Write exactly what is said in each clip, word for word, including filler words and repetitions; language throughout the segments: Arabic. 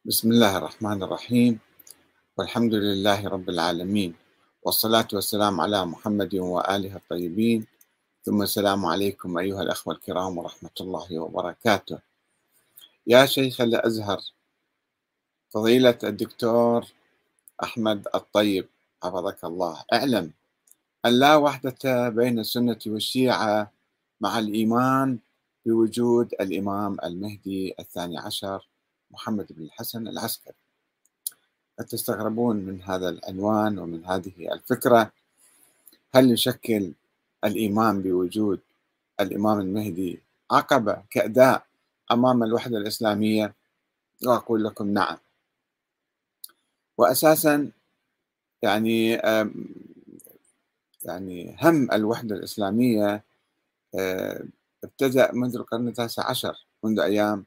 بسم الله الرحمن الرحيم، والحمد لله رب العالمين، والصلاة والسلام على محمد وآله الطيبين، ثم السلام عليكم أيها الأخوة الكرام ورحمة الله وبركاته. يا شيخ الأزهر فضيلة الدكتور أحمد الطيب حفظك الله، اعلم أن لا وحدة بين السنة والشيعة مع الإيمان بوجود الإمام المهدي الثاني عشر محمد بن الحسن العسكري. قد تستغربون من هذا العنوان ومن هذه الفكرة. هل يشكل الإيمان بوجود الإمام المهدي عقبة كأداء أمام الوحدة الإسلامية؟ وأقول لكم نعم. وأساسا يعني يعني هم الوحدة الإسلامية ابتدأ منذ القرن التاسع عشر، منذ أيام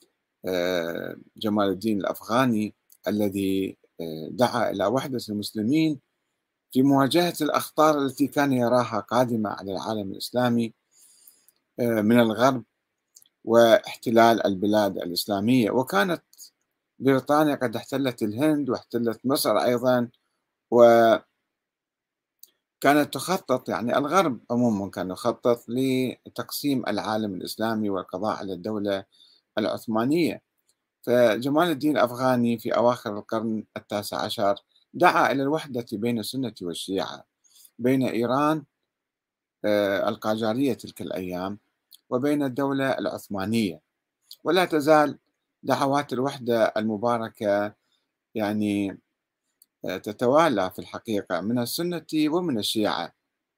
جمال الدين الأفغاني الذي دعا إلى وحدة المسلمين في مواجهة الأخطار التي كان يراها قادمة على العالم الإسلامي من الغرب واحتلال البلاد الإسلامية. وكانت بريطانيا قد احتلت الهند واحتلت مصر أيضا، وكانت تخطط، يعني الغرب عموما كان يخطط لتقسيم العالم الإسلامي والقضاء على الدولة العثمانية. فجمال الدين الأفغاني في أواخر القرن التاسع عشر دعا إلى الوحدة بين السنة والشيعة، بين إيران القاجارية تلك الأيام وبين الدولة العثمانية. ولا تزال دعوات الوحدة المباركة يعني تتوالى في الحقيقة من السنة ومن الشيعة،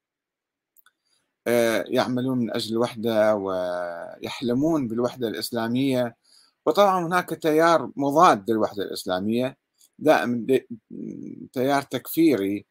يعملون من أجل الوحدة ويحلمون بالوحدة الإسلامية. وطبعا هناك تيار مضاد للوحدة الإسلامية، دائما تيار تكفيري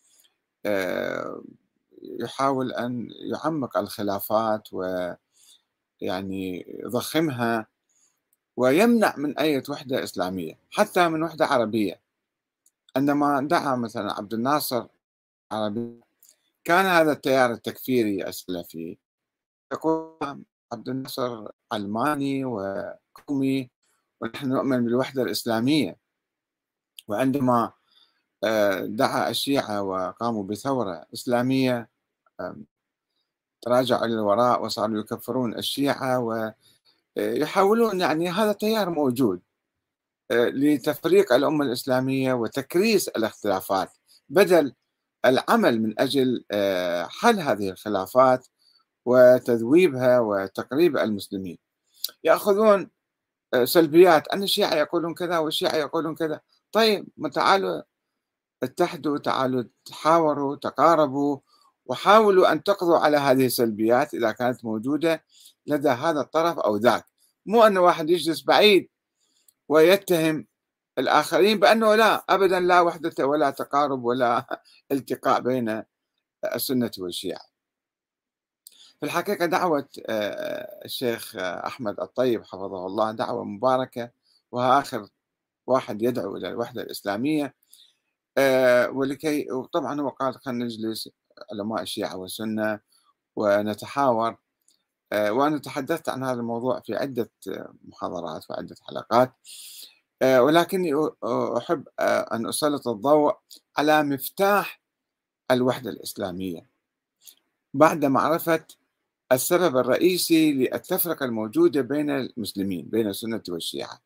يحاول أن يعمق الخلافات ويعني يضخمها ويمنع من أي وحدة إسلامية، حتى من وحدة عربية. عندما دعا مثلا عبد الناصر عربي، كان هذا التيار التكفيري السلفي يقول عبد الناصر علماني وقومي ونحن نؤمن بالوحدة الإسلامية. وعندما دعا الشيعة وقاموا بثورة إسلامية، تراجعوا إلى الوراء وصاروا يكفرون الشيعة ويحاولون، يعني هذا التيار موجود لتفريق الأمة الإسلامية وتكريس الاختلافات، بدل العمل من أجل حل هذه الخلافات وتذويبها وتقريب المسلمين. يأخذون سلبيات أن الشيعة يقولون كذا والشيعة يقولون كذا. طيب تعالوا اتحدوا، تعالوا تحاوروا، تقاربوا، وحاولوا أن تقضوا على هذه السلبيات إذا كانت موجودة لدى هذا الطرف أو ذاك. مو أن واحد يجلس بعيد ويتهم الآخرين بأنه لا أبدا، لا وحدة ولا تقارب ولا التقاء بين السنة والشيعة. في الحقيقة دعوة الشيخ أحمد الطيب حفظه الله دعوة مباركة، وآخر واحد يدعو إلى الوحدة الإسلامية. ولكي وطبعا هو قال خلينا نجلس علماء الشيعة والسنة ونتحاور. وأنا تحدثت عن هذا الموضوع في عدة محاضرات وعدة حلقات، ولكني أحب أن أسلط الضوء على مفتاح الوحدة الإسلامية بعد معرفة السبب الرئيسي للتفرقة الموجودة بين المسلمين، بين السنة والشيعة.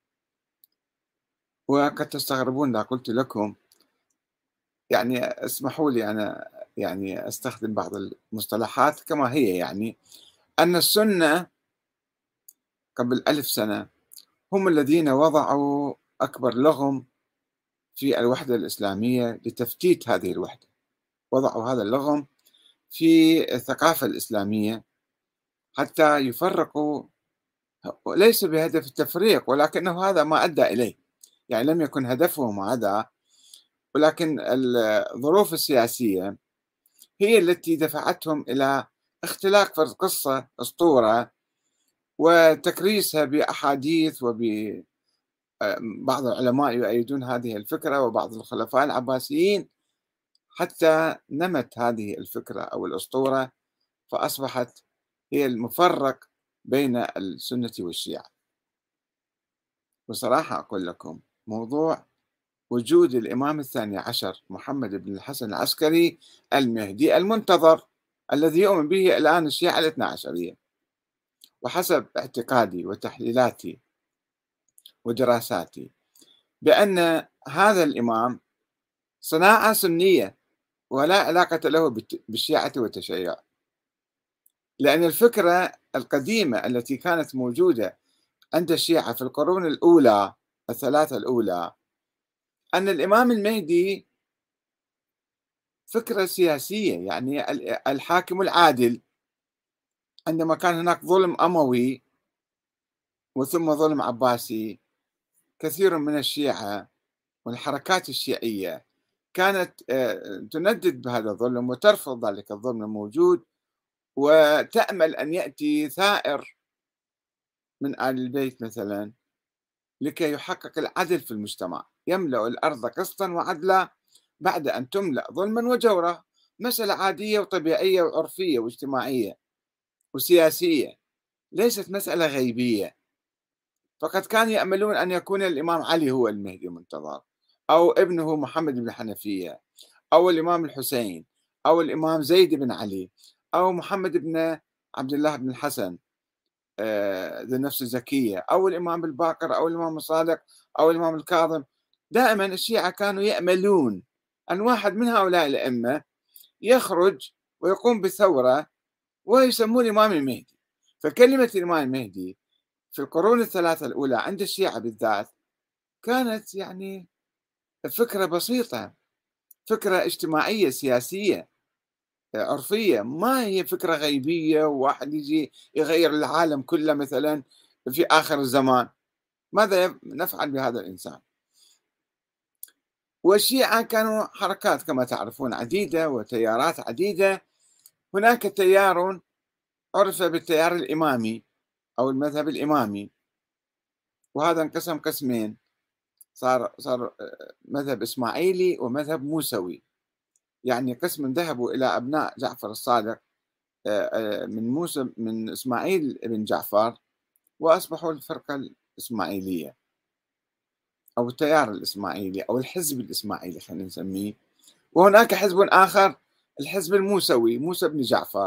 وقد تستغربون إذا قلت لكم، يعني اسمحوا لي أنا يعني أستخدم بعض المصطلحات كما هي، يعني أن السنة قبل ألف سنة هم الذين وضعوا أكبر لغم في الوحدة الإسلامية لتفتيت هذه الوحدة. وضعوا هذا اللغم في الثقافة الإسلامية حتى يفرقوا، ليس بهدف التفريق ولكنه هذا ما أدى إليه، يعني لم يكن هدفهم هذا، ولكن الظروف السياسية هي التي دفعتهم إلى اختلاق فرد قصة أسطورة وتكريسها بأحاديث. وبعض العلماء يؤيدون هذه الفكرة وبعض الخلفاء العباسيين، حتى نمت هذه الفكرة أو الأسطورة فأصبحت هي المفرق بين السنة والشيعة. بصراحة أقول لكم، موضوع وجود الإمام الثاني عشر محمد بن الحسن العسكري المهدي المنتظر، الذي يؤمن به الآن الشيعة الاثنا عشرية، وحسب اعتقادي وتحليلاتي ودراساتي بأن هذا الإمام صناعة سنية ولا علاقة له بالت- بالشيعة والتشيع، لأن الفكرة القديمة التي كانت موجودة عند الشيعة في القرون الأولى الثلاثة الأولى أن الإمام المهدي فكرة سياسية، يعني ال- الحاكم العادل. عندما كان هناك ظلم أموي وثم ظلم عباسي، كثير من الشيعة والحركات الشيعية كانت آه، تندد بهذا الظلم وترفض ذلك الظلم الموجود، وتأمل أن يأتي ثائر من آل البيت مثلا لكي يحقق العدل في المجتمع، يملأ الأرض قسطا وعدلا بعد أن تملأ ظلما وجورا. مسألة عادية وطبيعية وعرفية واجتماعية وسياسية، ليست مسألة غيبية. فقد كانوا يأملون أن يكون الإمام علي هو المهدي المنتظر، أو ابنه محمد بن الحنفية، أو الإمام الحسين، أو الإمام زيد بن علي، أو محمد بن عبد الله بن الحسن آه، ذو النفس الزكية، أو الإمام الباقر، أو الإمام الصادق، أو الإمام الكاظم. دائما الشيعة كانوا يأملون أن واحد من هؤلاء الأئمة يخرج ويقوم بثورة ويسموه الإمام المهدي. فكلمة الإمام المهدي في القرون الثلاثة الأولى عند الشيعة بالذات كانت يعني فكرة بسيطة، فكرة اجتماعية سياسية عرفية، ما هي فكرة غيبية وواحد يجي يغير العالم كله مثلا في آخر الزمان. ماذا نفعل بهذا الإنسان؟ والشيعة كانوا حركات كما تعرفون عديدة وتيارات عديدة. هناك تيار عرف بالتيار الإمامي أو المذهب الإمامي، وهذا انقسم قسمين، صار صار مذهب إسماعيلي ومذهب موسوي. يعني قسم ذهبوا إلى أبناء جعفر الصادق من موسى من إسماعيل بن جعفر، وأصبحوا الفرقة الإسماعيلية أو التيار الإسماعيلي أو الحزب الإسماعيلي خلينا نسميه. وهناك حزب آخر الحزب الموسوي، موسى بن جعفر.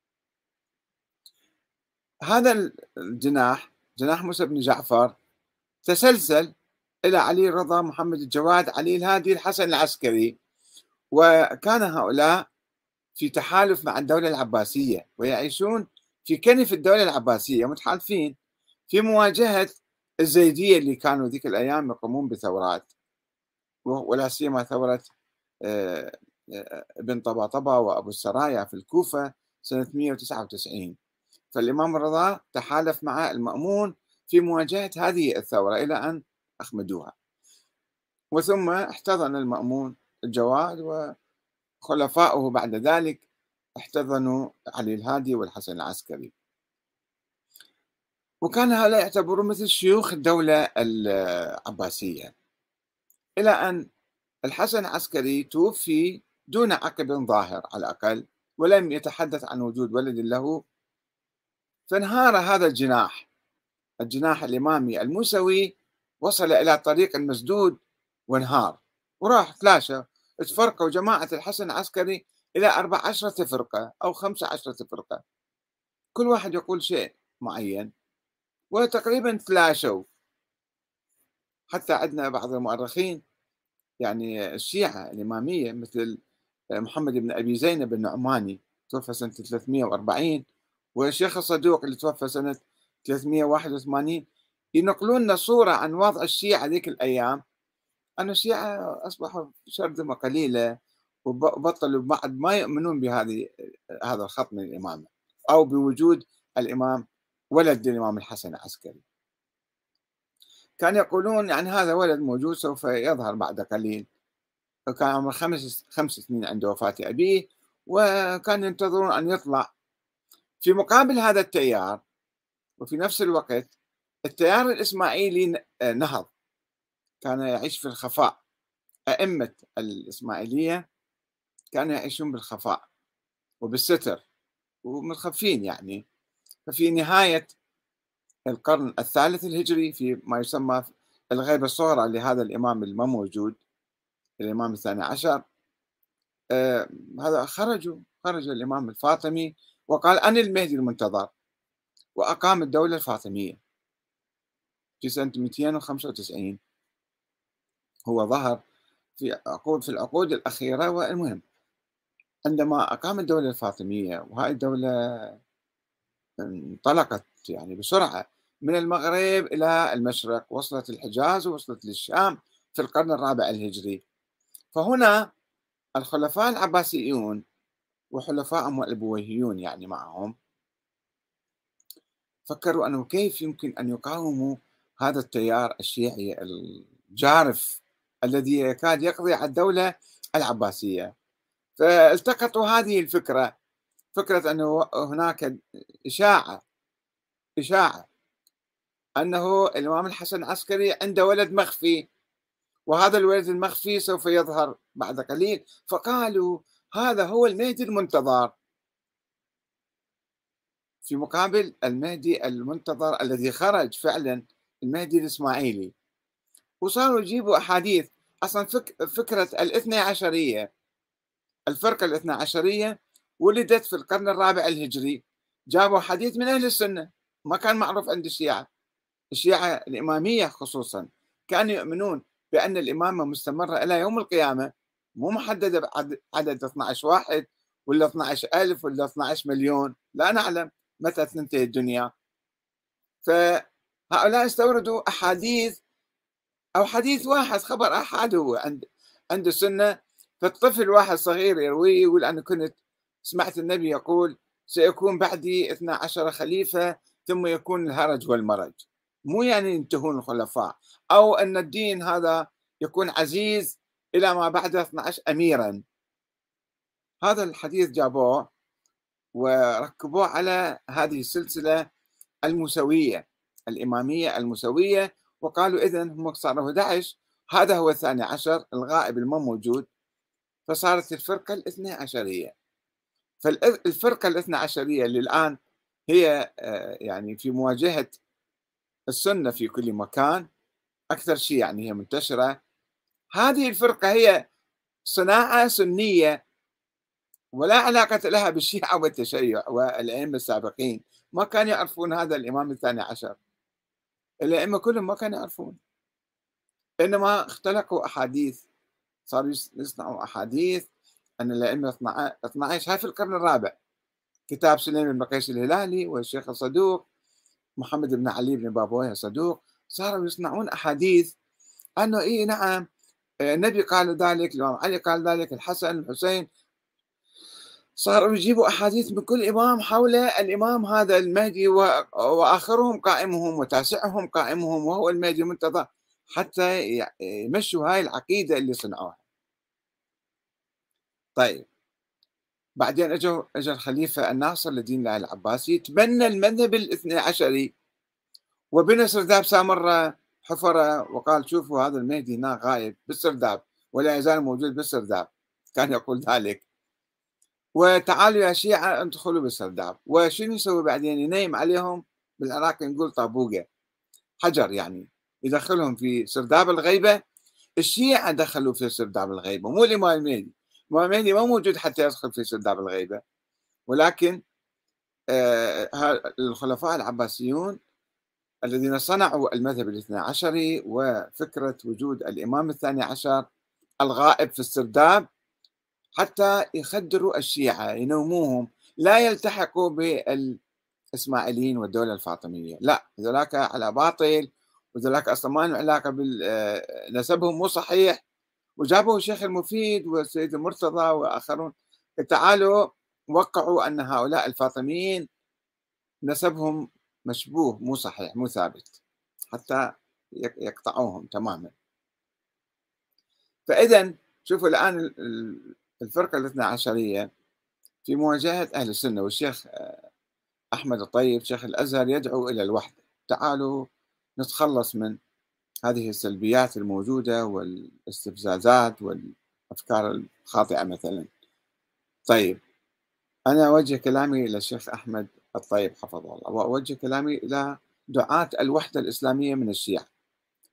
هذا الجناح، جناح موسى بن جعفر، تسلسل إلى علي الرضا، محمد الجواد، علي الهادي، الحسن العسكري. وكان هؤلاء في تحالف مع الدولة العباسية ويعيشون في كنف الدولة العباسية، متحالفين في مواجهة الزيدية اللي كانوا ذيك الأيام يقومون بثورات، ولا سيما ثورة آه، آه، ابن طباطبة وأبو السرايا في الكوفة سنة مئة وتسعة وتسعين. فالإمام الرضا تحالف مع المأمون في مواجهة هذه الثورة إلى أن أخمدوها. وثم احتضن المأمون الجواد وخلفاؤه بعد ذلك احتضنوا علي الهادي والحسن العسكري. وكان هؤلاء يعتبرون مثل شيوخ الدولة العباسية، إلى أن الحسن العسكري توفي دون عقب ظاهر على الأقل، ولم يتحدث عن وجود ولد له. فانهار هذا الجناح، الجناح الإمامي الموسوي، وصل إلى طريق مسدود وانهار، وراح تلاشى، تفرقوا جماعة الحسن العسكري إلى أربع عشرة فرقة أو خمسة عشرة فرقة، كل واحد يقول شيء معين، وتقريبا تلاشوا. حتى عندنا بعض المؤرخين يعني الشيعة الإمامية مثل محمد بن أبي زينب النعماني توفى سنة ثلاثمئة وأربعين، والشيخ الصدوق اللي توفى سنة ثلاثمئة وواحد وثمانين، ينقلون لنا صورة عن وضع الشيعة ذيك الأيام، أن الشيعة أصبحوا شرذمة قليلة وبطلوا بعد ما يؤمنون بهذه هذا الخط من الإمامة أو بوجود الإمام ولد الإمام الحسن العسكري. كان يقولون يعني هذا ولد موجود سوف يظهر بعد قليل. كان عمره خمس خمس سنين عند وفاة أبيه، وكانوا ينتظرون أن يطلع. في مقابل هذا التيار وفي نفس الوقت التيار الإسماعيلي نهض، كان يعيش في الخفاء. أئمة الإسماعيلية كانوا يعيشون بالخفاء وبالستر ومتخفين يعني. ففي نهاية القرن الثالث الهجري، في ما يسمى الغيبة الصغرى لهذا الإمام الما موجود، الإمام الثاني عشر. آه، هذا خرجوا خرج الإمام الفاطمي وقال أنا المهدي المنتظر، وأقام الدولة الفاطمية في سنة مئتين وخمسة وتسعين. هو ظهر في عقود في العقود الأخيرة. والمهم عندما أقام الدولة الفاطمية، وهذه الدولة انطلقت يعني بسرعة من المغرب إلى المشرق، وصلت الحجاز ووصلت للشام في القرن الرابع الهجري. فهنا الخلفاء العباسيون وحلفائهم الأبويهيون يعني معهم فكروا أنه كيف يمكن أن يقاوموا هذا التيار الشيعي الجارف الذي يكاد يقضي على الدولة العباسية. فالتقطوا هذه الفكرة، فكرة أنه هناك إشاعة إشاعة أنه الإمام الحسن العسكري عنده ولد مخفي، وهذا الولد المخفي سوف يظهر بعد قليل. فقالوا هذا هو المهدي المنتظر، في مقابل المهدي المنتظر الذي خرج فعلا، المهدي الإسماعيلي. وصاروا يجيبوا أحاديث. أصلا فك فكرة الاثنى عشرية، الفرقة الاثنى عشرية ولدت في القرن الرابع الهجري. جابوا حديث من أهل السنة، ما كان معروف عند الشيعة. الشيعة الإمامية خصوصا كانوا يؤمنون بأن الإمامة مستمرة إلى يوم القيامة، مو محددة بعدد اثني عشر واحد ولا اثني عشر ألف ولا اثني عشر مليون، لا نعلم متى تنتهي الدنيا. فهؤلاء استوردوا أحاديث، أو حديث واحد، خبر أحد هو عند عند السنة. فالطفل واحد صغير يرويه يقول أنا كنت سمعت النبي يقول سيكون بعدي اثنا عشر خليفة ثم يكون الهرج والمرج. مو يعني ينتهون الخلفاء، أو أن الدين هذا يكون عزيز إلى ما بعد اثني عشر أميرا. هذا الحديث جابوه وركبوه على هذه السلسلة الموسوية، الإمامية الموسوية، وقالوا إذن هم صاروا أحد عشر، هذا هو الثاني عشر الغائب الما موجود. فصارت الفرقة الاثنى عشرية. فالفرقة الاثنى عشرية اللي الآن هي يعني في مواجهة السنة في كل مكان، أكثر شيء يعني هي منتشرة. هذه الفرقة هي صناعة سنية ولا علاقة لها بالشيعة والتشيع والأئمة السابقين. ما كانوا يعرفون هذا الإمام الثاني عشر، الأئمة كلهم ما كانوا يعرفون، إنما اختلقوا أحاديث، صاروا يصنعوا أحاديث أن الأئمة اثني عشر. هاي في القرن الرابع، كتاب سليم بن قيس الهلالي والشيخ الصدوق محمد بن علي بن بابويه الصدوق، صاروا يصنعون أحاديث أنه إيه نعم النبي قال ذلك، الإمام علي قال ذلك، الحسن الحسين. صاروا يجيبوا أحاديث من كل إمام حول الإمام هذا المهدي، وآخرهم قائمهم وتاسعهم قائمهم وهو المهدي المنتظر، حتى يمشوا هاي العقيدة اللي صنعوها. طيب بعدين اجوا اجى الخليفة الناصر لدين الله العباسي، تبنى المذهب الاثني عشري، وبنى سرداب سامرة حفرة وقال شوفوا هذا المهدي هنا غايب بالسرداب ولا يزال موجود بالسرداب، كان يقول ذلك. وتعالوا يا شيعة ادخلوا بالسرداب. وشنو يسوي بعدين؟ ينيم عليهم، بالعراق نقول طابوقة، حجر يعني، يدخلهم في سرداب الغيبة. الشيعة دخلوا في سرداب الغيبة، مو الإمام المهدي. الإمام المهدي ما موجود حتى يدخل في سرداب الغيبة، ولكن آه الخلفاء العباسيون الذين صنعوا المذهب الاثنى عشري وفكرة وجود الإمام الثاني عشر الغائب في السرداب، حتى يخدروا الشيعة، ينوموهم، لا يلتحقوا بالإسماعيليين والدولة الفاطمية. لا، ذلك على باطل، وذلك أصلا ما له علاقة بنسبهم، مو صحيح. وجابوا الشيخ المفيد والسيد المرتضى وآخرون، تعالوا وقعوا أن هؤلاء الفاطميين نسبهم مشبوه، مو صحيح، مو ثابت، حتى يقطعوهم تماما. فإذا شوفوا الآن الفرقة الاثنى عشرية في مواجهة أهل السنة، والشيخ أحمد الطيب شيخ الأزهر يدعو إلى الوحدة. تعالوا نتخلص من هذه السلبيات الموجودة والاستفزازات والأفكار الخاطئة مثلا. طيب أنا أوجه كلامي إلى الشيخ أحمد الطيب حفظه الله، وأوجه كلامي إلى دعاة الوحدة الإسلامية من الشيعة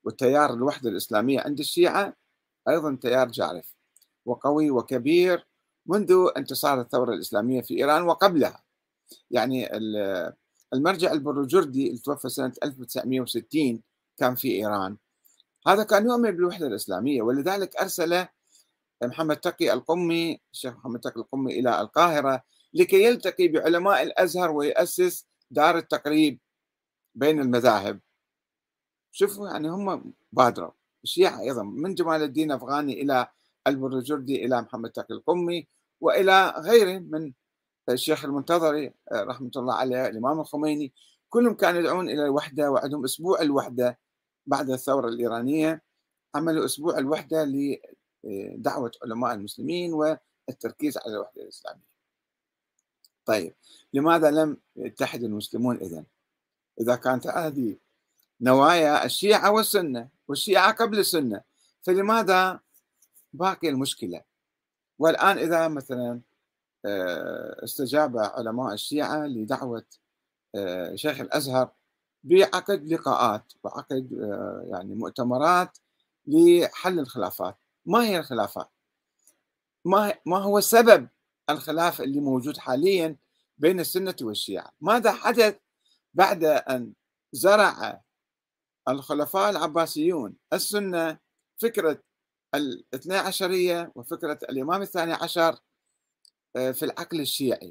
والتيار الوحدة الإسلامية عند الشيعة أيضا تيار جارف وقوي وكبير منذ انتصار الثورة الإسلامية في إيران وقبلها. يعني المرجع البروجردي اللي توفى سنة ألف وتسعمئة وستين كان في إيران، هذا كان يؤمن بالوحدة الإسلامية، ولذلك أرسل محمد تقي القمي الشيخ محمد تقي القمي إلى القاهرة لكي يلتقي بعلماء الأزهر ويؤسس دار التقريب بين المذاهب. شوفوا يعني هم بادروا الشيعة أيضا من جمال الدين أفغاني إلى البروجردي إلى محمد تقي القمي وإلى غيره من الشيخ المنتظري رحمة الله عليه، الإمام الخميني، كلهم كانوا يدعون إلى الوحدة وعندهم أسبوع الوحدة بعد الثورة الإيرانية. عملوا أسبوع الوحدة لدعوة علماء المسلمين والتركيز على الوحدة الإسلامية. طيب لماذا لم يتحد المسلمون إذن؟ إذا كانت هذه نوايا الشيعة والسنة والشيعة قبل السنة، فلماذا باقي المشكلة؟ والآن إذا مثلا استجاب علماء الشيعة لدعوة شيخ الأزهر بعقد لقاءات وعقد يعني مؤتمرات لحل الخلافات، ما هي الخلافات؟ ما ما هو سبب الخلاف اللي موجود حاليا بين السنة والشيعة؟ ماذا حدث بعد أن زرع الخلفاء العباسيون السنة فكرة الاثنى عشرية وفكرة الإمام الثاني عشر في العقل الشيعي؟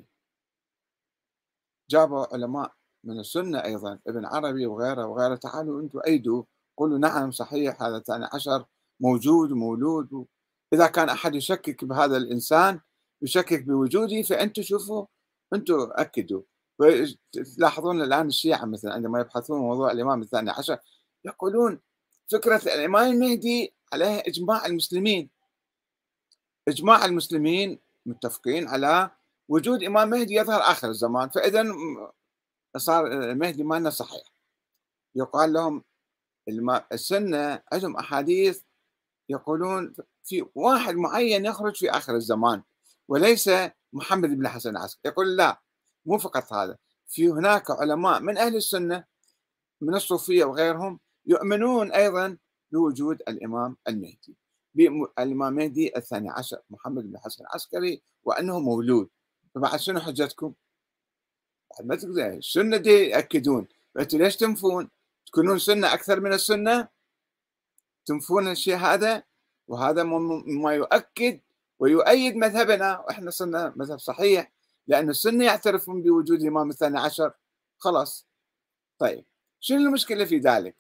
جابوا علماء من السنة أيضا ابن عربي وغيره وغيره، تعالوا أنتم أيدوا قولوا نعم صحيح هذا الثاني عشر موجود ومولود، إذا كان أحد يشكك بهذا الإنسان يشكك بوجوده فأنتم شوفوا أنتم أكدوا. تلاحظون الآن الشيعة مثلا عندما يبحثون موضوع الإمام الثاني عشر يقولون فكرة الإمام المهدي عليها إجماع المسلمين، إجماع المسلمين متفقين على وجود إمام مهدي يظهر آخر الزمان، فإذا صار المهدي مالنا صحيح. يقال لهم السنة عندهم أحاديث يقولون في واحد معين يخرج في آخر الزمان وليس محمد بن الحسن العسكري. يقول لا، مو فقط هذا، في هناك علماء من أهل السنة من الصوفية وغيرهم يؤمنون أيضا بوجود الإمام المهدي، الإمام المهدي الثاني عشر محمد بن الحسن العسكري، وأنه مولود. فبعد شنو حجتكم؟ ما تقدر السنة دي يأكدون، فأنتوا ليش تنفون؟ تكونون سنة أكثر من السنة، تنفون الشيء هذا، وهذا مما يؤكد ويؤيد مذهبنا، وإحنا صرنا مذهب صحيح لأن السنة يعترفون بوجود الإمام الثاني عشر. خلاص. طيب شنو المشكلة في ذلك؟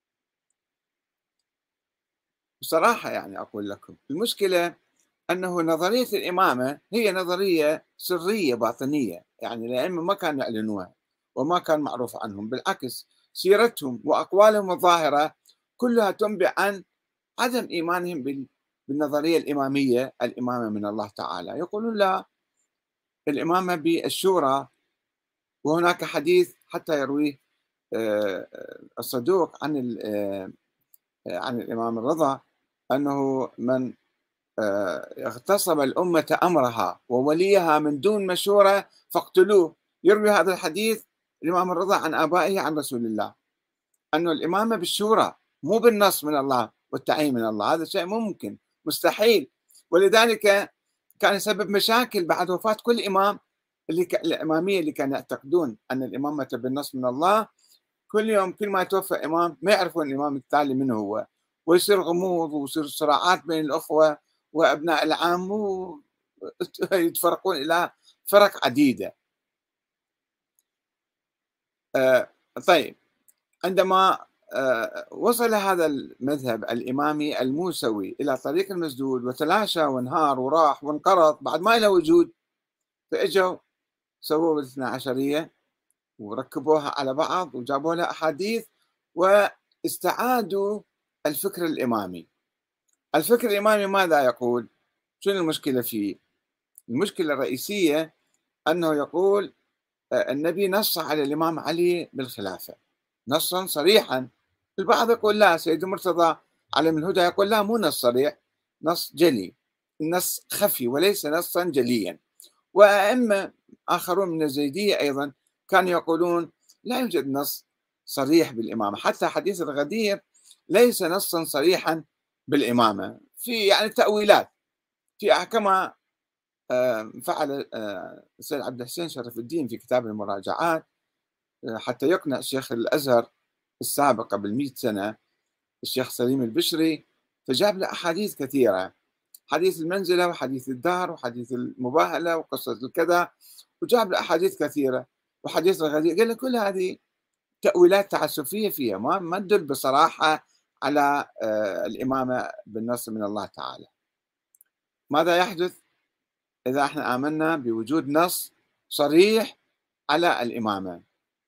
بصراحة يعني أقول لكم المشكلة أنه نظرية الإمامة هي نظرية سرية باطنية، يعني الأئمة ما كانوا يعلنوها وما كان معروف عنهم، بالعكس سيرتهم وأقوالهم الظاهرة كلها تنبئ عن عدم إيمانهم بالنظرية الإمامية، الإمامة من الله تعالى. يقولون لا، الإمامة بالشورى. وهناك حديث حتى يرويه الصدوق عن عن الإمام الرضا أنه من اغتصب الأمة أمرها ووليها من دون مشورة فاقتلوه. يروي هذا الحديث الإمام الرضا عن آبائه عن رسول الله، أنه الإمامة بالشورى مو بالنص من الله والتعيين من الله، هذا شيء ممكن مستحيل. ولذلك كان يسبب مشاكل بعد وفاة كل إمام، اللي ك... الإمامية اللي كانوا يعتقدون أن الإمامة بالنص من الله، كل يوم كل ما يتوفى إمام ما يعرفون الإمام التالي من هو، ويصير غموض ويصير صراعات بين الأخوة وأبناء العام ويتفرقون إلى فرق عديدة. آه طيب عندما آه وصل هذا المذهب الإمامي الموسوي إلى طريق المسدود وتلاشى وانهار وراح وانقرض بعد ما له وجود، فإجوا سووا الاثنى عشرية وركبوها على بعض وجابوا لها أحاديث واستعادوا الفكر الإمامي. الفكر الإمامي ماذا يقول؟ شنو المشكلة فيه؟ المشكلة الرئيسية أنه يقول النبي نص على الإمام علي بالخلافة نصا صريحا. البعض يقول لا، سيد مرتضى علم الهدى يقول لا، مو نص صريح، نص جلي، النص خفي وليس نصا جليا. وأئمة آخرون من الزيدية أيضا كانوا يقولون لا يوجد نص صريح بالإمامة. حتى حديث الغدير ليس نصا صريحا بالإمامة، في يعني تأويلات، في كما آه، فعل آه، السيد عبد الحسين شرف الدين في كتاب المراجعات، آه، حتى يقنع شيخ الأزهر السابق قبل مئة سنة الشيخ سليم البشري، فجاب له أحاديث كثيرة، حديث المنزلة وحديث الدار وحديث المباهلة وقصة الكذا، وجاب له أحاديث كثيرة وحديث الغدير، قال له كل هذه تأويلات تعسفية فيها، ما ما تدل بصراحة على آه، الإمامة بالنص من الله تعالى. ماذا يحدث إذا احنا آمنا بوجود نص صريح على الإمامة؟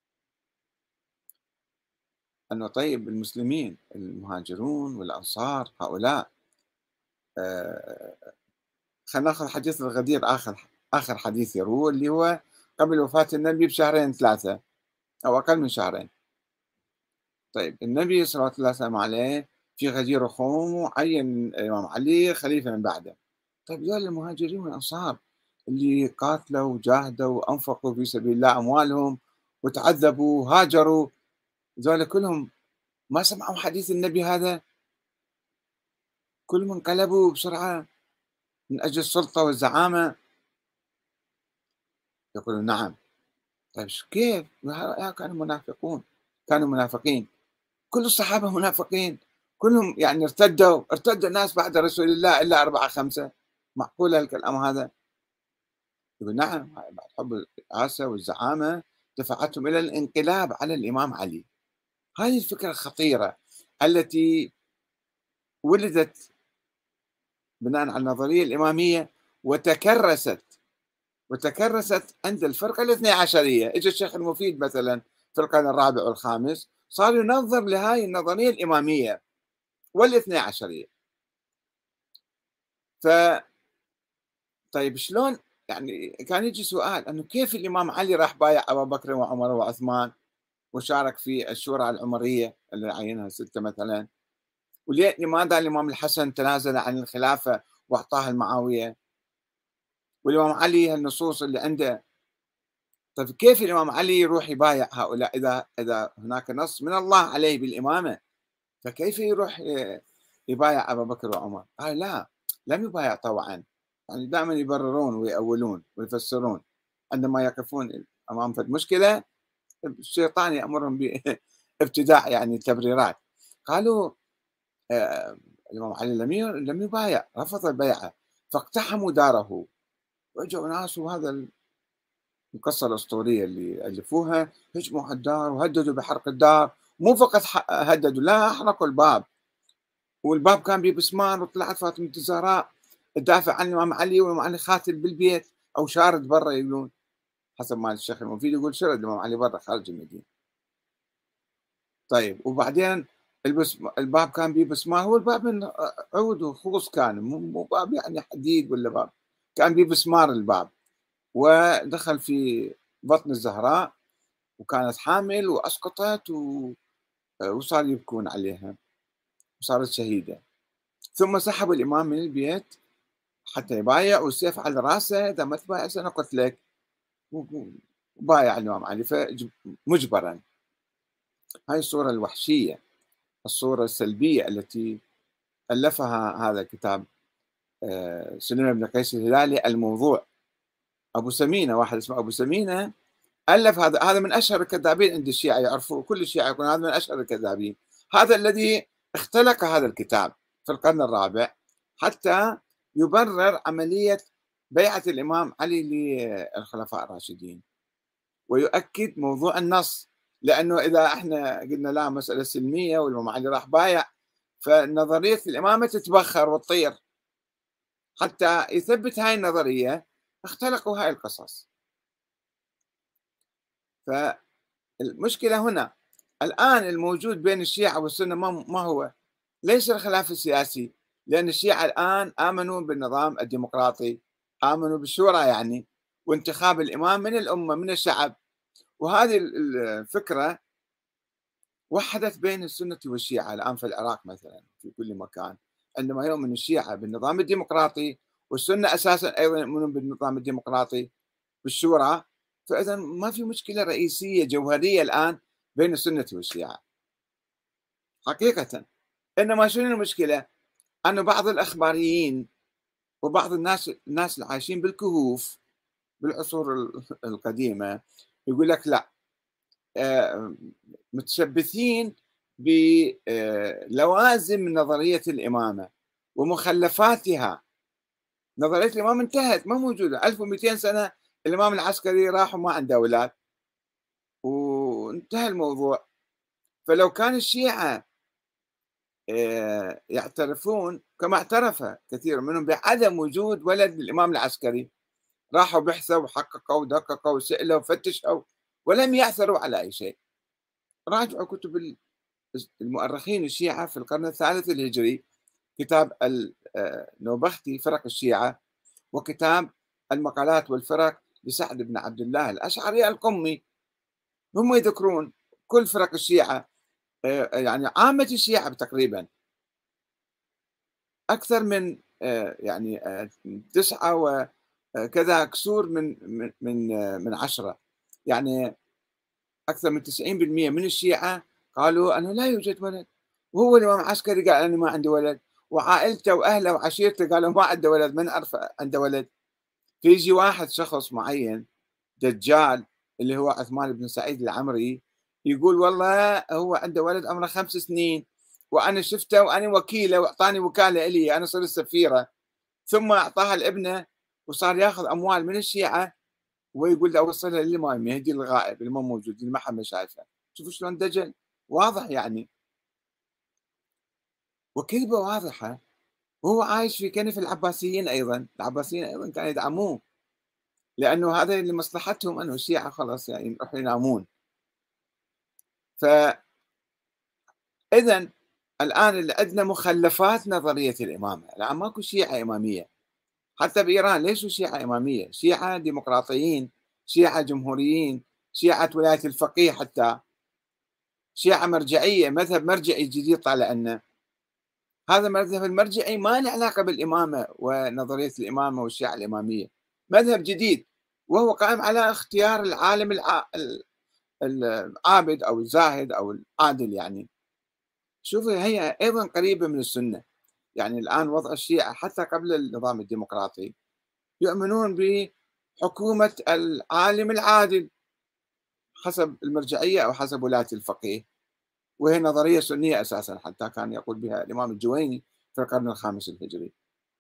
أنه طيب المسلمين المهاجرون والأنصار هؤلاء، آه، خلينا ناخذ حديث الغدير، آخر آخر حديث يروى اللي هو قبل وفاة النبي بشهرين ثلاثة أو أقل من شهرين. طيب النبي صلى الله عليه وسلم عليه في غدير خُوم وعين الإمام علي خليفة من بعده. طيب ذول المهاجرين والأنصار اللي قاتلوا وجاهدوا وأنفقوا في سبيل الله أموالهم وتعذبوا وهاجروا، ذولا كلهم ما سمعوا حديث النبي هذا؟ كلهم انقلبوا بسرعة من أجل السلطة والزعامة؟ يقولون نعم. طيب ش كيف؟ هؤلاء كانوا منافقون، كانوا منافقين، كل الصحابة منافقين، كلهم يعني ارتدوا، ارتد الناس بعد رسول الله إلا أربعة خمسة، معقولة الكلام هذا؟ يقول نعم، بعد حب الرئاسة والزعامة دفعتهم إلى الانقلاب على الإمام علي. هذه الفكرة الخطيرة التي ولدت بناء على النظرية الإمامية وتكرست وتكرست عند الفرقة الاثني عشرية. اجى الشيخ المفيد مثلا في القرن الرابع والخامس صار ينظر لهذه النظرية الإمامية والاثني عشرية. ف طيب شلون يعني كان يجي سؤال انه كيف الامام علي راح بايع ابا بكر وعمر وعثمان وشارك في الشورى العمريه اللي عينها سته مثلا، وليه لماذا الامام الحسن تنازل عن الخلافه واعطاها لمعاويه، والامام علي هالنصوص اللي عنده؟ طيب كيف الامام علي يروح يبايع هؤلاء اذا اذا هناك نص من الله عليه بالامامه؟ فكيف يروح يبايع ابا بكر وعمر؟ قال لا، لم يبايع طوعا. يعني دائما يبررون ويأولون ويفسرون عندما يقفون امام فد مشكله، الشيطان يأمرهم بابتداع يعني تبريرات. قالوا آه الامام علي لم لم يبايع، رفض البيعه، فاقتحموا داره، رجعوا ناس، وهذا القصه الاسطوريه اللي الفوها، هجموا على الدار وهددوا بحرق الدار، مو فقط هددوا، لا احرقوا الباب، والباب كان بيه بسمان، وطلعت فاطمه الزهراء تدافع عن الامام علي، والامام علي قاتل بالبيت او شارد برا يقولون، حسب ما الشيخ المفيد يقول شرد الامام علي برا خارج المدينه. طيب وبعدين البس الباب كان بيه بسمان، هو الباب من عود وخوص، كان مو مو باب يعني حديد ولا باب، كان بيه بسمار الباب، ودخل في بطن الزهراء وكانت حامل واسقطت و... وصار يبكون عليها وصارت شهيده. ثم سحبوا الامام من البيت حتى يبايع، والسيف على راسه، اذا ما تبايع سنقتلك، وبايع الامام علي مجبرا. هاي الصوره الوحشيه، الصوره السلبيه التي الفها هذا الكتاب آه، سليمان بن قيس الهلالي الموضوع. ابو سمينه، واحد اسمه ابو سمينه، الف هذا، هذا من اشهر الكذابين عند الشيعه، يعرفوا كل الشيعه يقول هذا من اشهر الكذابين، هذا الذي اختلق هذا الكتاب في القرن الرابع حتى يبرر عمليه بيعه الامام علي للخلفاء الراشدين ويؤكد موضوع النص. لانه اذا احنا قلنا لا مساله سلميه والامام علي راح بايع، فنظريه الامامه تتبخر وتطير. حتى يثبت هاي النظريه اختلقوا هاي القصص. فالمشكله هنا الآن الموجود بين الشيعة والسنة ما هو؟ ليس الخلاف السياسي، لأن الشيعة الآن آمنوا بالنظام الديمقراطي، آمنوا بالشورى يعني، وانتخاب الإمام من الأمة من الشعب. وهذه الفكرة وحدت بين السنة والشيعة الآن في العراق مثلا، في كل مكان، عندما يؤمن الشيعة بالنظام الديمقراطي والسنة أساسا أيضا يؤمنون بالنظام الديمقراطي بالشورى، فإذا ما في مشكلة رئيسية جوهرية الآن بين السنة والشيعة حقيقة. إنما شنو المشكلة؟ أن بعض الأخباريين وبعض الناس الناس اللي عايشين بالكهوف بالعصور ال القديمة يقول لك لأ، آآ متشبثين بلوازم من نظرية الإمامة ومخلفاتها. نظرية الإمامة انتهت، ما موجودة، ألف ومئتين سنة الإمام العسكري راح وما عنده أولاد وانتهى الموضوع. فلو كان الشيعة آآ يعترفون كما اعترف كثير منهم بعدم وجود ولد للإمام العسكري، راحوا بحثوا وحققوا ودققوا وسئلوا وفتشوا ولم يعثروا على أي شيء. راجعوا كتب ال المؤرخين الشيعة في القرن الثالث الهجري، كتاب ال آآ نوبختي فرق الشيعة، وكتاب المقالات والفرق لسعد بن عبد الله الأشعري القمي، هم يذكرون كل فرق الشيعة، آآ يعني عامة الشيعة تقريبًا أكثر من آآ يعني آآ تسعة وكذا كسور من من من آه، من عشرة، يعني أكثر من تسعين بالمئة من الشيعة قالوا أنه لا يوجد ولد، وهو الإمام العسكري قال أنا ما عندي ولد، وعائلته وأهله وعشيرته قالوا ما عنده ولد، من عرف عنده ولد؟ فيجي واحد شخص معين دجال اللي هو عثمان بن سعيد العمري يقول والله هو عنده ولد عمره خمس سنين وأنا شفته وأنا وكيله وأعطاني وكالة إلي أنا صرت سفيرة، ثم أعطاها لابنه وصار ياخذ أموال من الشيعة ويقول له أوصلها للإمام المهدي الغائب اللي مو موجود اللي ما حد شايفه. شوفوا شلون دجل واضح يعني، وكذبة واضحة. وهو عايش في كنف العباسيين أيضا، العباسيين أيضا كانوا يدعموه لأنه هذا لمصلحتهم أنه الشيعة خلاص يعني يروحوا ينامون. فإذا الآن اللي عندنا مخلفات نظرية الإمامة، الآن ماكو شيعة إمامية، حتى بإيران ليسوا شيعة إمامية، شيعة ديمقراطيين، شيعة جمهوريين، شيعة ولاية الفقيه، حتى شيعة مرجعية، مذهب مرجعي جديد طالع لنا. هذا المذهب المرجعي ما له علاقة بالإمامة ونظرية الإمامة والشيعة الإمامية، مذهب جديد وهو قائم على اختيار العالم الع... العابد أو الزاهد أو العادل يعني. شوفي هي أيضا قريبة من السنة، يعني الآن وضع الشيعة حتى قبل النظام الديمقراطي يؤمنون بحكومة العالم العادل حسب المرجعية أو حسب ولاية الفقيه، وهي نظرية سنية أساسا حتى كان يقول بها الإمام الجويني في القرن الخامس الهجري.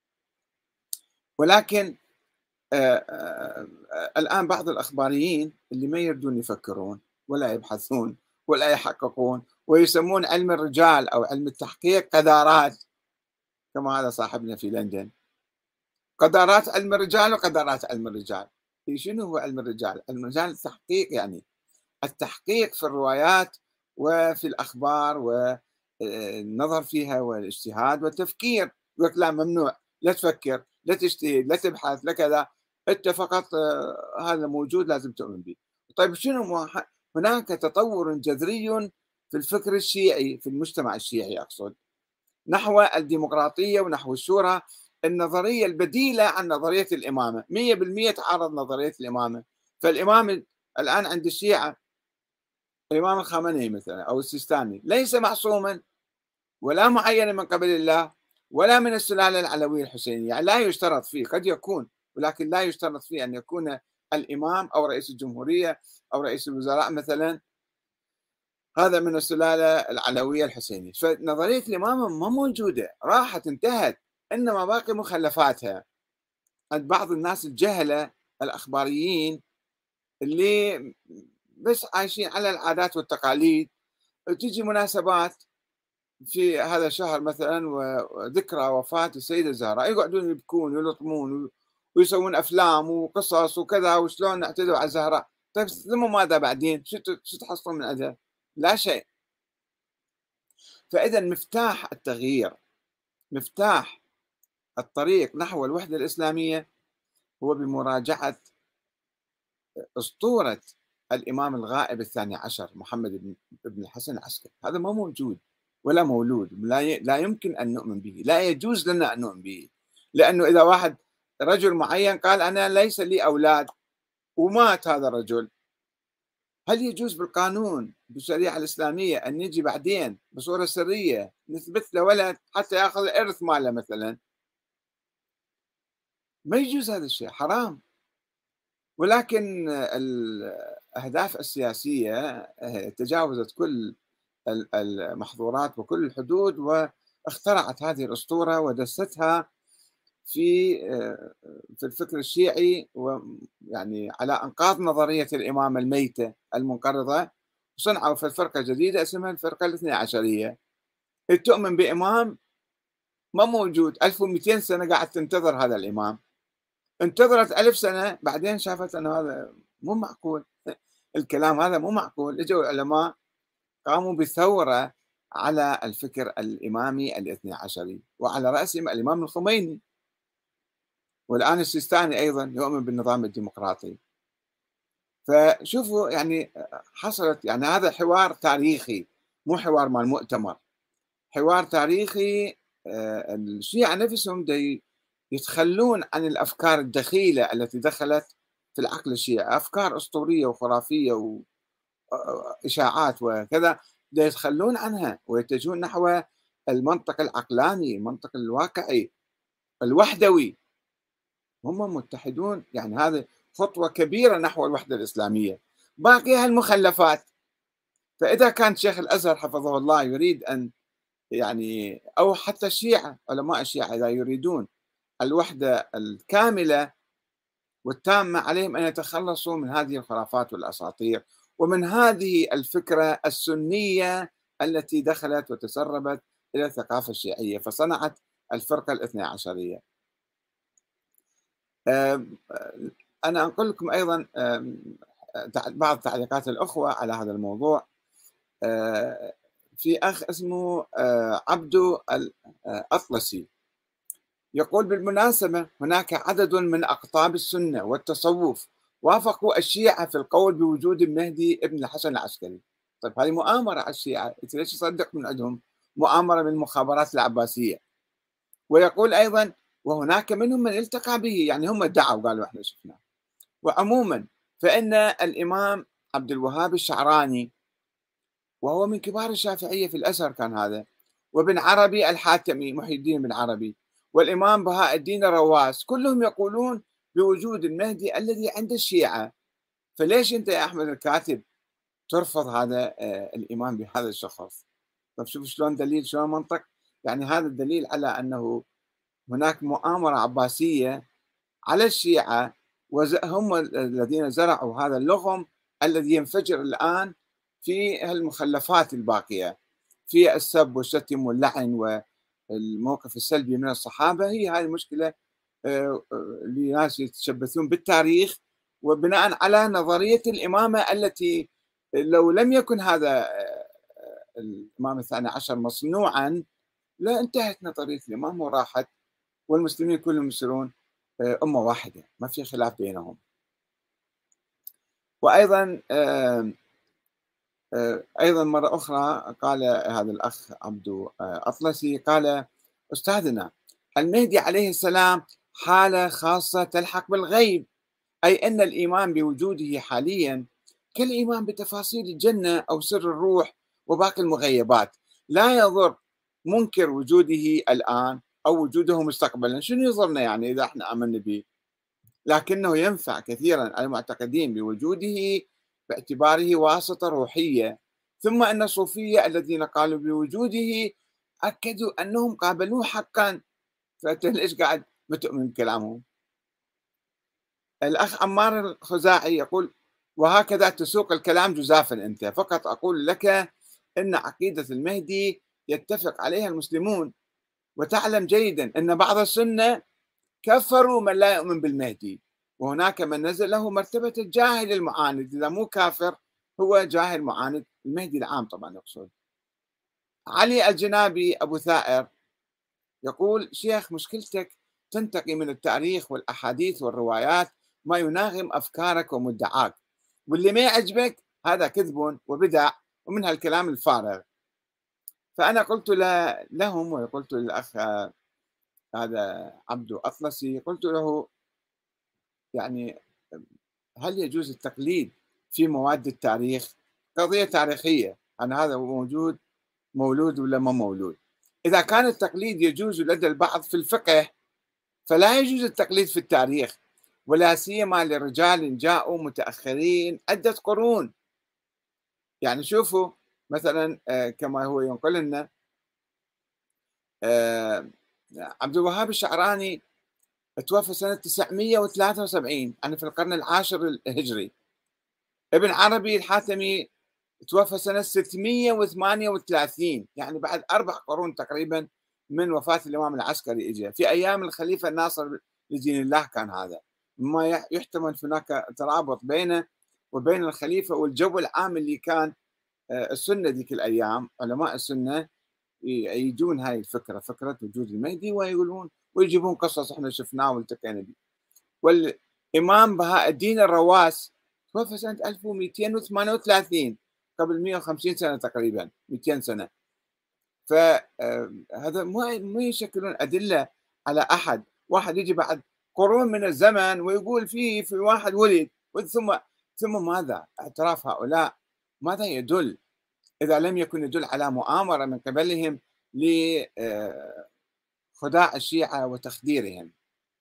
ولكن آآ آآ الآن بعض الأخباريين اللي ما يردون يفكرون ولا يبحثون ولا يحققون ويسمون علم الرجال أو علم التحقيق قذارات، كما هذا صاحبنا في لندن، قذارات علم الرجال وقذارات علم الرجال. شنو هو علم الرجال؟ علم الرجال التحقيق، يعني التحقيق في الروايات وفي الأخبار والنظر فيها والاجتهاد والتفكير. يقول لك لا ممنوع، لا تفكر، لا تجتهد، لا تبحث، لا كذا، أنت فقط آه، هذا موجود لازم تؤمن به. طيب شنو مو- هناك تطور جذري في الفكر الشيعي في المجتمع الشيعي أقصد نحو الديمقراطية ونحو الشورى، النظرية البديلة عن نظرية الإمامة. مئة بالمئة تعارض نظرية الإمامة. فالإمام الآن عند الشيعة الإمام الخامنئي مثلا أو السيستاني ليس معصوما ولا معينا من قبل الله ولا من السلالة العلوية الحسينية، يعني لا يشترط فيه، قد يكون ولكن لا يشترط فيه أن يكون الإمام أو رئيس الجمهورية أو رئيس الوزراء مثلا هذا من السلالة العلوية الحسينية. فنظرية الإمامة ما موجودة، راحت انتهت، إنما باقي مخلفاتها عند بعض الناس الجهلة الأخباريين اللي بس عايشين على العادات والتقاليد. تجي مناسبات في هذا الشهر مثلا وذكرى وفاة السيدة الزهراء يقعدون يبكون ويلطمون ويسوون أفلام وقصص وكذا وشلون اعتدوا على الزهراء. طيب ثم ماذا بعدين؟ شو شو تحصلون من عندها؟ لا شيء. فإذا مفتاح التغيير، مفتاح الطريق نحو الوحدة الإسلامية هو بمراجعة أسطورة الإمام الغائب الثاني عشر محمد بن بن الحسن العسكري. هذا ما موجود ولا مولود، لا ي- لا يمكن أن نؤمن به، لا يجوز لنا أن نؤمن به. لأنه إذا واحد رجل معين قال أنا ليس لي أولاد ومات هذا الرجل، هل يجوز بالقانون بالشريعة الإسلامية أن يجي بعدين بصورة سرية نثبت له ولد حتى يأخذ الإرث ماله مثلا؟ ما يجوز هذا الشيء، حرام. ولكن الأهداف السياسية آه، تجاوزت كل ال- المحظورات وكل الحدود، واخترعت هذه الأسطورة ودستها في آه، في الفكر الشيعي، ويعني على أنقاض نظرية الإمامة الميتة المنقرضة، صنعوا في الفرقة جديدة اسمها الفرقة الاثنى عشرية، تؤمن بإمام ما موجود، ألف ومئتين سنة قاعد تنتظر هذا الإمام، انتظرت ألف سنة بعدين شافت أن هذا مو معقول، الكلام هذا مو معقول، اجوا العلماء قاموا بثورة على الفكر الإمامي الاثني عشري، وعلى رأسهم الإمام الخميني، والآن السيستاني أيضا يؤمن بالنظام الديمقراطي. فشوفوا يعني حصلت، يعني هذا حوار تاريخي، مو حوار مال مؤتمر، حوار تاريخي. آه، الشيعة نفسهم دي يتخلون عن الأفكار الدخيلة التي دخلت في العقل الشيعي، أفكار أسطورية وخرافية وإشاعات وكذا، دي يتخلون عنها ويتجهون نحو المنطق العقلاني، المنطق الواقعي الوحدوي. هم متحدون، يعني هذه خطوة كبيرة نحو الوحدة الإسلامية. باقي المخلفات، فإذا كان شيخ الأزهر حفظه الله يريد أن يعني، أو حتى الشيعة، علماء الشيعة إذا يريدون الوحدة الكاملة والتامة، عليهم أن يتخلصوا من هذه الخرافات والأساطير ومن هذه الفكرة السنية التي دخلت وتسربت إلى الثقافة الشيعية فصنعت الفرقة الاثنى عشرية. أنا أنقل لكم أيضا بعض تعليقات الأخوة على هذا الموضوع. في أخ اسمه عبدو الأطلسي يقول: بالمناسبة هناك عدد من أقطاب السنة والتصوف وافقوا الشيعة في القول بوجود المهدي ابن الحسن العسكري. طيب هذه مؤامرة على الشيعة، أنت ليش تصدق من عندهم مؤامرة من المخابرات العباسية؟ ويقول أيضا: وهناك منهم من التقى به، يعني هم ادعوا قالوا احنا شفناه. وعموما فإن الإمام عبد الوهاب الشعراني، وهو من كبار الشافعية في الأزهر كان هذا، وابن عربي الحاتمي محي الدين بن عربي، والإمام بهاء الدين الرواس، كلهم يقولون بوجود المهدي الذي عند الشيعة. فليش أنت يا أحمد الكاتب ترفض هذا آه، الإمام بهذا الشخص؟ طيب شوف شلون دليل، شلون منطق. يعني هذا الدليل على أنه هناك مؤامرة عباسية على الشيعة، وهم الذين زرعوا هذا اللغم الذي ينفجر الآن في المخلفات الباقية، في السب والشتم واللعن والموقف السلبي من الصحابة. هي هذه المشكلة آه، آه، لناس يتشبثون بالتاريخ وبناء على نظرية الإمامة التي لو لم يكن هذا آه، الإمام الثاني عشر مصنوعا لانتهت نظرية الإمامة وراحت، والمسلمين كلهم يصيرون آه، أمة واحدة ما في خلاف بينهم. وأيضا آه، آه، أيضا مرة أخرى قال هذا الأخ عبدو آه، أطلسي، قال: أستاذنا المهدي عليه السلام حالة خاصة تلحق بالغيب، أي أن الإيمان بوجوده حاليا كالإيمان بتفاصيل الجنة أو سر الروح وباقي المغيبات، لا يضر منكر وجوده الآن أو وجوده مستقبلا. شنو يضرنا يعني إذا احنا آمنا به؟ لكنه ينفع كثيرا المعتقدين بوجوده باعتباره واسطة روحية. ثم أن الصوفية الذين قالوا بوجوده أكدوا أنهم قابلوه حقا، فأنت ليش قاعد ما تؤمن بكلامهم؟ الأخ عمار الخزاعي يقول: وهكذا تسوق الكلام جزافا أنت، فقط أقول لك أن عقيدة المهدي يتفق عليها المسلمون، وتعلم جيدا أن بعض السنة كفروا من لا يؤمن بالمهدي، وهناك من نزل له مرتبة الجاهل المعاند، إذا مو كافر هو جاهل معاند، المهدي العام طبعا يقصد. علي الجنابي أبو ثائر يقول: شيخ مشكلتك تنتقي من التاريخ والأحاديث والروايات ما يناغم أفكارك ومدعاك، واللي ما يعجبك هذا كذب وبدع ومن هالكلام الفارغ. فأنا قلت لهم، وقلت للأخ هذا عبدو أطلسي، قلت له: يعني هل يجوز التقليد في مواد التاريخ قضية تاريخية، أن هذا موجود مولود ولا ما مولود. إذا كان التقليد يجوز لدى البعض في الفقه، فلا يجوز التقليد في التاريخ، ولا سيما لرجال جاءوا متأخرين عدة قرون. يعني شوفوا مثلا آه، كما هو ينقل لنا آه، عبد الوهاب الشعراني توفى سنة تسعمئة وثلاثة وسبعين، يعني في القرن العاشر الهجري. ابن عربي الحاتمي توفى سنة ستمئة وثمانية وثلاثين، يعني بعد أربع قرون تقريبا من وفاة الإمام العسكري. إجا في أيام الخليفة الناصر لدين الله كان هذا، ما يحتمل هناك ترابط بينه وبين الخليفة والجو العام اللي كان. آه، السنة ذيك الأيام علماء السنة يجون هاي الفكرة، فكرة وجود المهدي، ويقولون ويجيبون قصص احنا شفناه والتقينا به. والإمام بهاء الدين الرواس توفى سنة ألف ومئتين وثمانية وثلاثين، قبل مئة وخمسين سنة تقريبا، مئتين سنة. فهذا ما ما يشكلون أدلة على أحد. واحد يجي بعد قرون من الزمن ويقول فيه في واحد ولد، ثم ثم ماذا؟ اعتراف هؤلاء ماذا يدل؟ إذا لم يكن يدل على مؤامرة من قبلهم لخداع الشيعة وتخديرهم.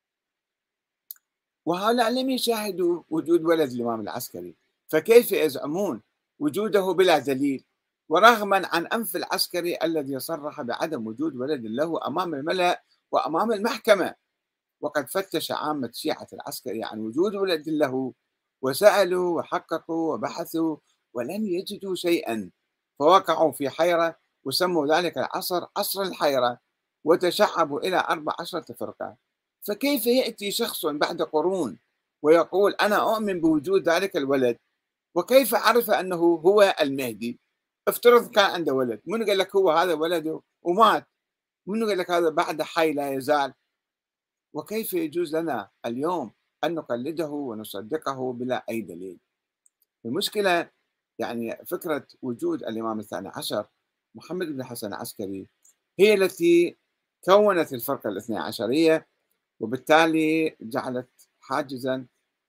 وهؤلاء لم يشاهدوا وجود ولد الإمام العسكري، فكيف يزعمون وجوده بلا دليل، ورغما عن أنف العسكري الذي صرح بعدم وجود ولد له أمام الملأ وأمام المحكمة؟ وقد فتش عامة شيعة العسكري عن وجود ولد له، وسألوا وحققوا وبحثوا ولم يجدوا شيئا، فوقعوا في حيرة وسموا ذلك العصر عصر الحيرة، وتشعبوا إلى أربع عشرة فرقة. فكيف يأتي شخص بعد قرون ويقول أنا أؤمن بوجود ذلك الولد، وكيف عرف أنه هو المهدي؟ افترض كان عنده ولد، من قال لك هو هذا ولده ومات؟ من قال لك هذا بعد حي لا يزال؟ وكيف يجوز لنا اليوم أن نقلده ونصدقه بلا أي دليل؟ المشكلة يعني فكرة وجود الإمام الثاني عشر محمد بن الحسن العسكري هي التي كونت الفرقة الاثنى عشرية، وبالتالي جعلت حاجزا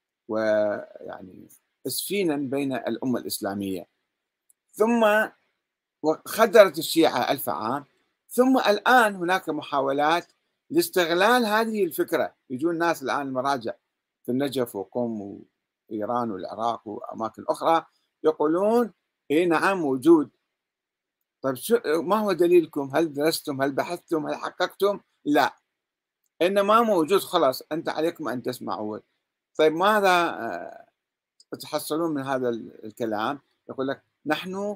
ويعني سفينا بين الأمة الإسلامية. ثم خدرت الشيعة ألف عام، ثم الآن هناك محاولات لاستغلال هذه الفكرة. يجون ناس الآن المراجع في النجف وقم وإيران والعراق وأماكن أخرى يقولون إيه نعم موجود. طيب شو ما هو دليلكم؟ هل درستم؟ هل بحثتم؟ هل حققتم؟ لا، إنما موجود خلاص، أنت عليكم أن تسمعوا. طيب ماذا تحصلون من هذا الكلام؟ يقول لك نحن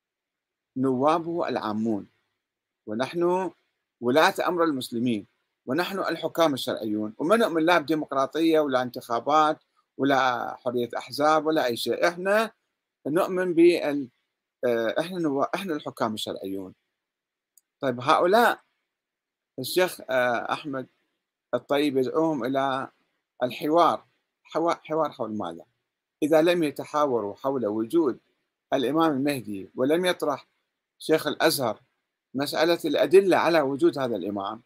نوابه العامون، ونحن ولاة أمر المسلمين، ونحن الحكام الشرعيون، وما نؤمن لا بديمقراطية ولا انتخابات ولا حرية أحزاب ولا أي شيء. إحنا نؤمن بال إحنا نو... إحنا الحكام الشرعيون. طيب هؤلاء الشيخ أحمد الطيب يدعوهم إلى الحوار. حوار حول ماذا؟ إذا لم يتحاوروا حول وجود الإمام المهدي، ولم يطرح شيخ الأزهر مسألة الأدلة على وجود هذا الإمام،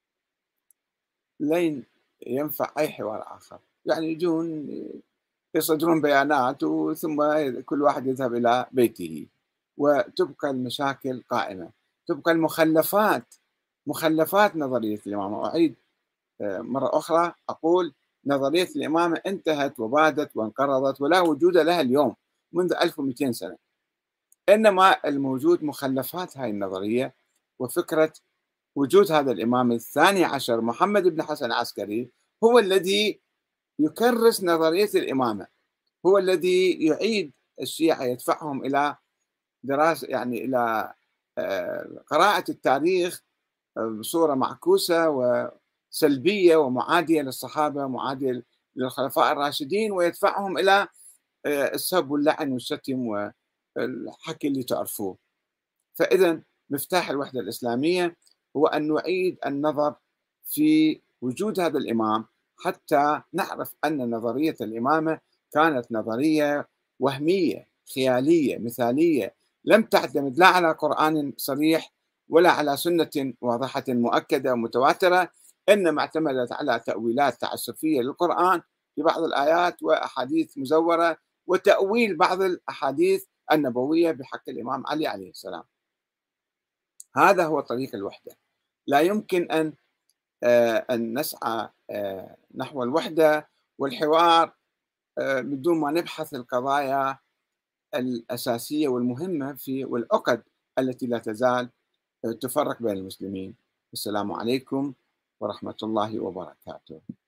لن ينفع أي حوار آخر. يعني يجون يصدرون بيانات ثم كل واحد يذهب إلى بيته، وتبقى المشاكل قائمة، تبقى المخلفات مخلفات نظرية الإمامة. أعيد مرة أخرى أقول نظرية الإمامة انتهت وبادت وانقرضت ولا وجود لها اليوم منذ ألف ومئتين سنة، إنما الموجود مخلفات هاي النظرية. وفكرة وجود هذا الإمام الثاني عشر محمد بن حسن العسكري هو الذي يكرس نظرية الإمامة، هو الذي يعيد الشيعة، يدفعهم إلى دراسة، يعني إلى قراءة التاريخ بصورة معكوسة وسلبية ومعادية للصحابة، معادية للخلفاء الراشدين، ويدفعهم إلى السب واللعن والشتم والحكي اللي تعرفوه. فإذا مفتاح الوحدة الإسلامية هو أن نعيد النظر في وجود هذا الإمام، حتى نعرف أن نظرية الإمامة كانت نظرية وهمية خيالية مثالية، لم تعتمد لا على قرآن صريح ولا على سنة واضحة مؤكدة ومتواترة، إنما اعتمدت على تأويلات تعسفية للقرآن في بعض الآيات وأحاديث مزورة وتأويل بعض الأحاديث النبوية بحق الإمام علي عليه السلام. هذا هو طريق الوحدة. لا يمكن أن آه، أن نسعى آه، نحو الوحدة والحوار آه، بدون ما نبحث القضايا الأساسية والمهمة في والعقد التي لا تزال تفرق بين المسلمين. السلام عليكم ورحمة الله وبركاته.